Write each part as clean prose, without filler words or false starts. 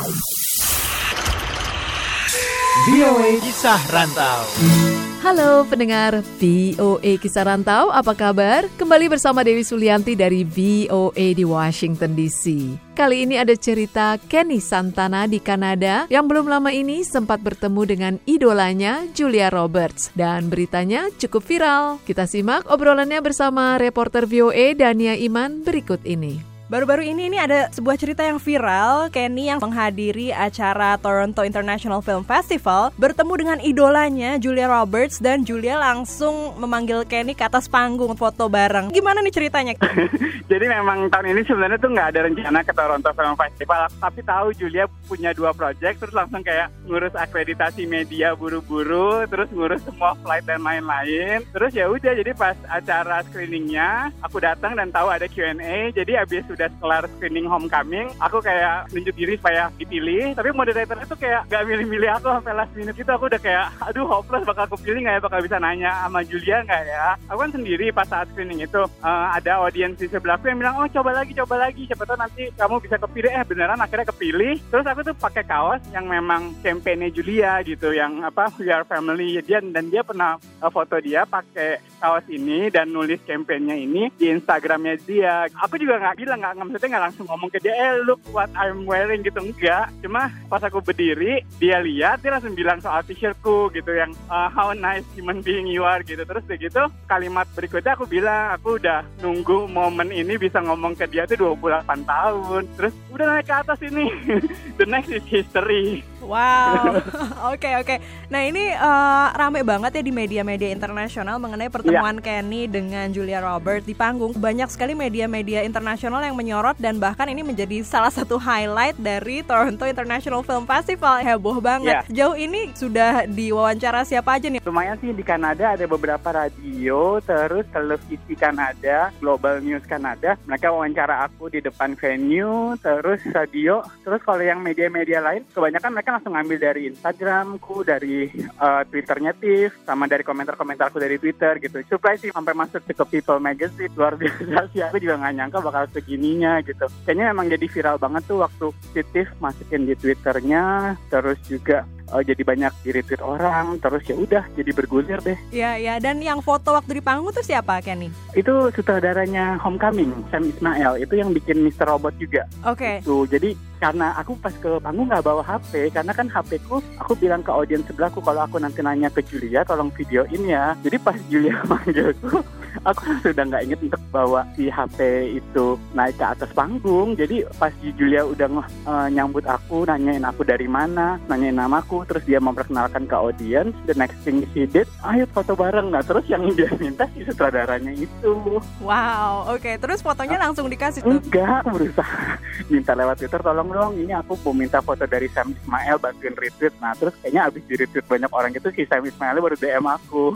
VOA Kisah Rantau. Halo pendengar VOA Kisah Rantau, apa kabar? Kembali bersama Dewi Sulianti dari VOA di Washington DC. Kali ini ada cerita Kenny Santana di Kanada yang belum lama ini sempat bertemu dengan idolanya Julia Roberts. Dan beritanya cukup viral. Kita simak obrolannya bersama reporter VOA Dania Iman berikut ini. Baru-baru ini ada sebuah cerita yang viral. Kenny yang menghadiri acara Toronto International Film Festival bertemu dengan idolanya Julia Roberts, dan Julia langsung memanggil Kenny ke atas panggung foto bareng. Gimana nih ceritanya? Jadi memang tahun ini sebenarnya tuh nggak ada rencana ke Toronto Film Festival, tapi tahu Julia punya 2 project, terus langsung kayak ngurus akreditasi media buru-buru, terus ngurus semua flight dan lain-lain. Terus ya udah, jadi pas acara screeningnya aku datang dan tahu ada Q&A. Jadi abis udah kelar screening Homecoming, aku kayak nunjuk diri supaya dipilih, tapi moderatornya tuh kayak gak milih-milih aku sampai last minute gitu. Aku udah kayak, aduh hopeless, bakal aku pilih gak ya, bakal bisa nanya sama Julia gak ya. Aku kan sendiri pas saat screening itu, ada audiens di sebelahku yang bilang, oh coba lagi, siapa tahu nanti kamu bisa kepilih. Beneran akhirnya kepilih. Terus aku tuh pakai kaos yang memang campaign-nya Julia gitu, yang We Are Family. Dan dia pernah foto dia pakai kaos ini dan nulis campaign-nya ini di Instagramnya dia. Aku juga maksudnya nggak langsung ngomong ke dia, look what I'm wearing gitu, enggak. Cuma pas aku berdiri, dia lihat, dia langsung bilang soal t-shirtku gitu, yang how nice human being you are gitu. Terus begitu kalimat berikutnya aku bilang, aku udah nunggu momen ini bisa ngomong ke dia tuh 28 tahun. Terus udah naik ke atas ini. The next is history. Wow, oke. Nah ini rame banget ya di media-media internasional mengenai pertemuan Kenny dengan Julia Roberts di panggung. Banyak sekali media-media internasional yang menyorot, dan bahkan ini menjadi salah satu highlight dari Toronto International Film Festival. Heboh banget. Sejauh ini sudah diwawancara siapa aja nih? Lumayan sih, di Kanada ada beberapa radio, terus televisi Kanada, Global News Kanada. Mereka wawancara aku di depan venue, terus radio. Terus kalau yang media-media lain, kebanyakan mereka langsung ngambil dari Instagramku, dari Twitternya Tiff, sama dari komentar-komentarku dari Twitter gitu. Surprise sih, sampai masuk ke People Magazine. Luar biasa sih, aku juga gak nyangka bakal segininya gitu. Kayaknya memang jadi viral banget tuh waktu si Tiff masukin di Twitternya, terus juga jadi banyak di-retweet orang, terus ya udah jadi bergulir deh. Iya, dan yang foto waktu di panggung tuh siapa, Kenny? Itu sutradaranya Homecoming, Sam Ismail, itu yang bikin Mr. Robot juga. Oke. Tuh, jadi karena aku pas ke panggung nggak bawa HP, karena kan HP-ku, aku bilang ke audiens sebelahku kalau aku nanti nanya ke Julia, tolong videoin ya. Jadi pas Julia manggilku, aku sudah nggak inget untuk bawa si HP itu naik ke atas panggung. Jadi pas Julia udah nyambut aku, nanyain aku dari mana, nanyain namaku, terus dia memperkenalkan ke audiens. The next thing she did, ayo foto bareng. Nah terus yang dia minta si sutradaranya itu. Wow, oke. Terus fotonya langsung dikasih tuh? Enggak, aku berusaha minta lewat Twitter, tolong dong, ini aku mau minta foto dari Sam Ismail, bantuin retweet. Nah terus kayaknya abis di retweet banyak orang gitu, si Sam Ismail baru DM aku.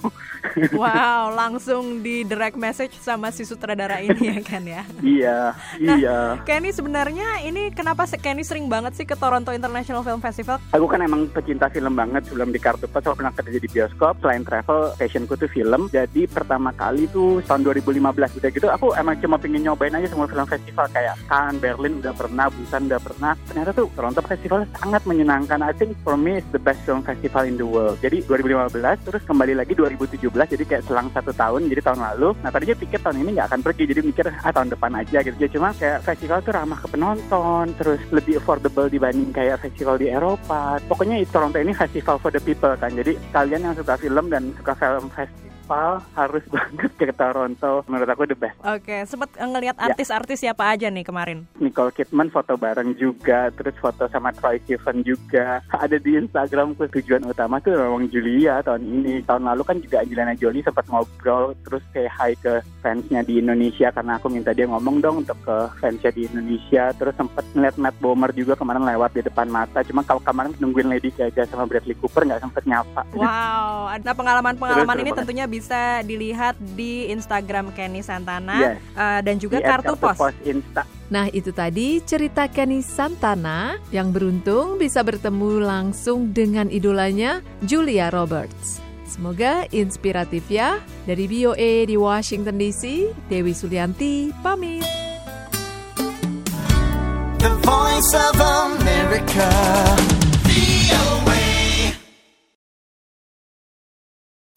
Wow, langsung di direct message sama si sutradara ini ya kan ya? Iya. Kenny, sebenarnya ini kenapa Kenny sering banget sih ke Toronto International Film Festival? Aku kan emang pecinta film banget. Sebelum di Kartu Pos aku pernah kerja di bioskop. Selain travel, passionku tuh film. Jadi pertama kali tuh tahun 2015. Udah gitu aku emang cuma pengen nyobain aja semua film festival, kayak Cannes, Berlin udah pernah, Busan udah pernah. Ternyata tuh Toronto Festival sangat menyenangkan. I think for me it's the best film festival in the world. Jadi 2015, terus kembali lagi 2017. Jadi kayak selang 1 tahun, jadi tahun lalu. Nah tadinya pikir tahun ini nggak akan pergi, jadi mikir tahun depan aja gitu. Ya, cuma kayak festival tuh ramah ke penonton, terus lebih affordable dibanding kayak festival di Eropa. Pokoknya Toronto ini festival for the people kan. Jadi kalian yang suka film dan suka film festival harus banget ke Toronto. Menurut aku the best. Oke, sempet ngelihat artis-artis siapa aja nih kemarin? Nicole Kidman foto bareng juga, terus foto sama Troye Sivan juga. Ada di Instagramku. Tujuan utama tuh memang Julia tahun ini. Tahun lalu kan juga Angelina Jolie sempat ngobrol, terus say hi ke fansnya di Indonesia, karena aku minta dia ngomong dong untuk ke fansnya di Indonesia. Terus sempat ngeliat Matt Bomer juga kemarin lewat di depan mata. Cuma kalau kemarin nungguin Lady Gaga sama Bradley Cooper nggak sempet nyapa. Wow, ada pengalaman-pengalaman ini tentunya bisa dilihat di Instagram Kenny Santana, dan juga Kartu Pos. Nah itu tadi cerita Kenny Santana yang beruntung bisa bertemu langsung dengan idolanya Julia Roberts. Semoga inspiratif ya. Dari VOA di Washington DC, Dewi Sulianti pamit. The Voice of America. Indonesia.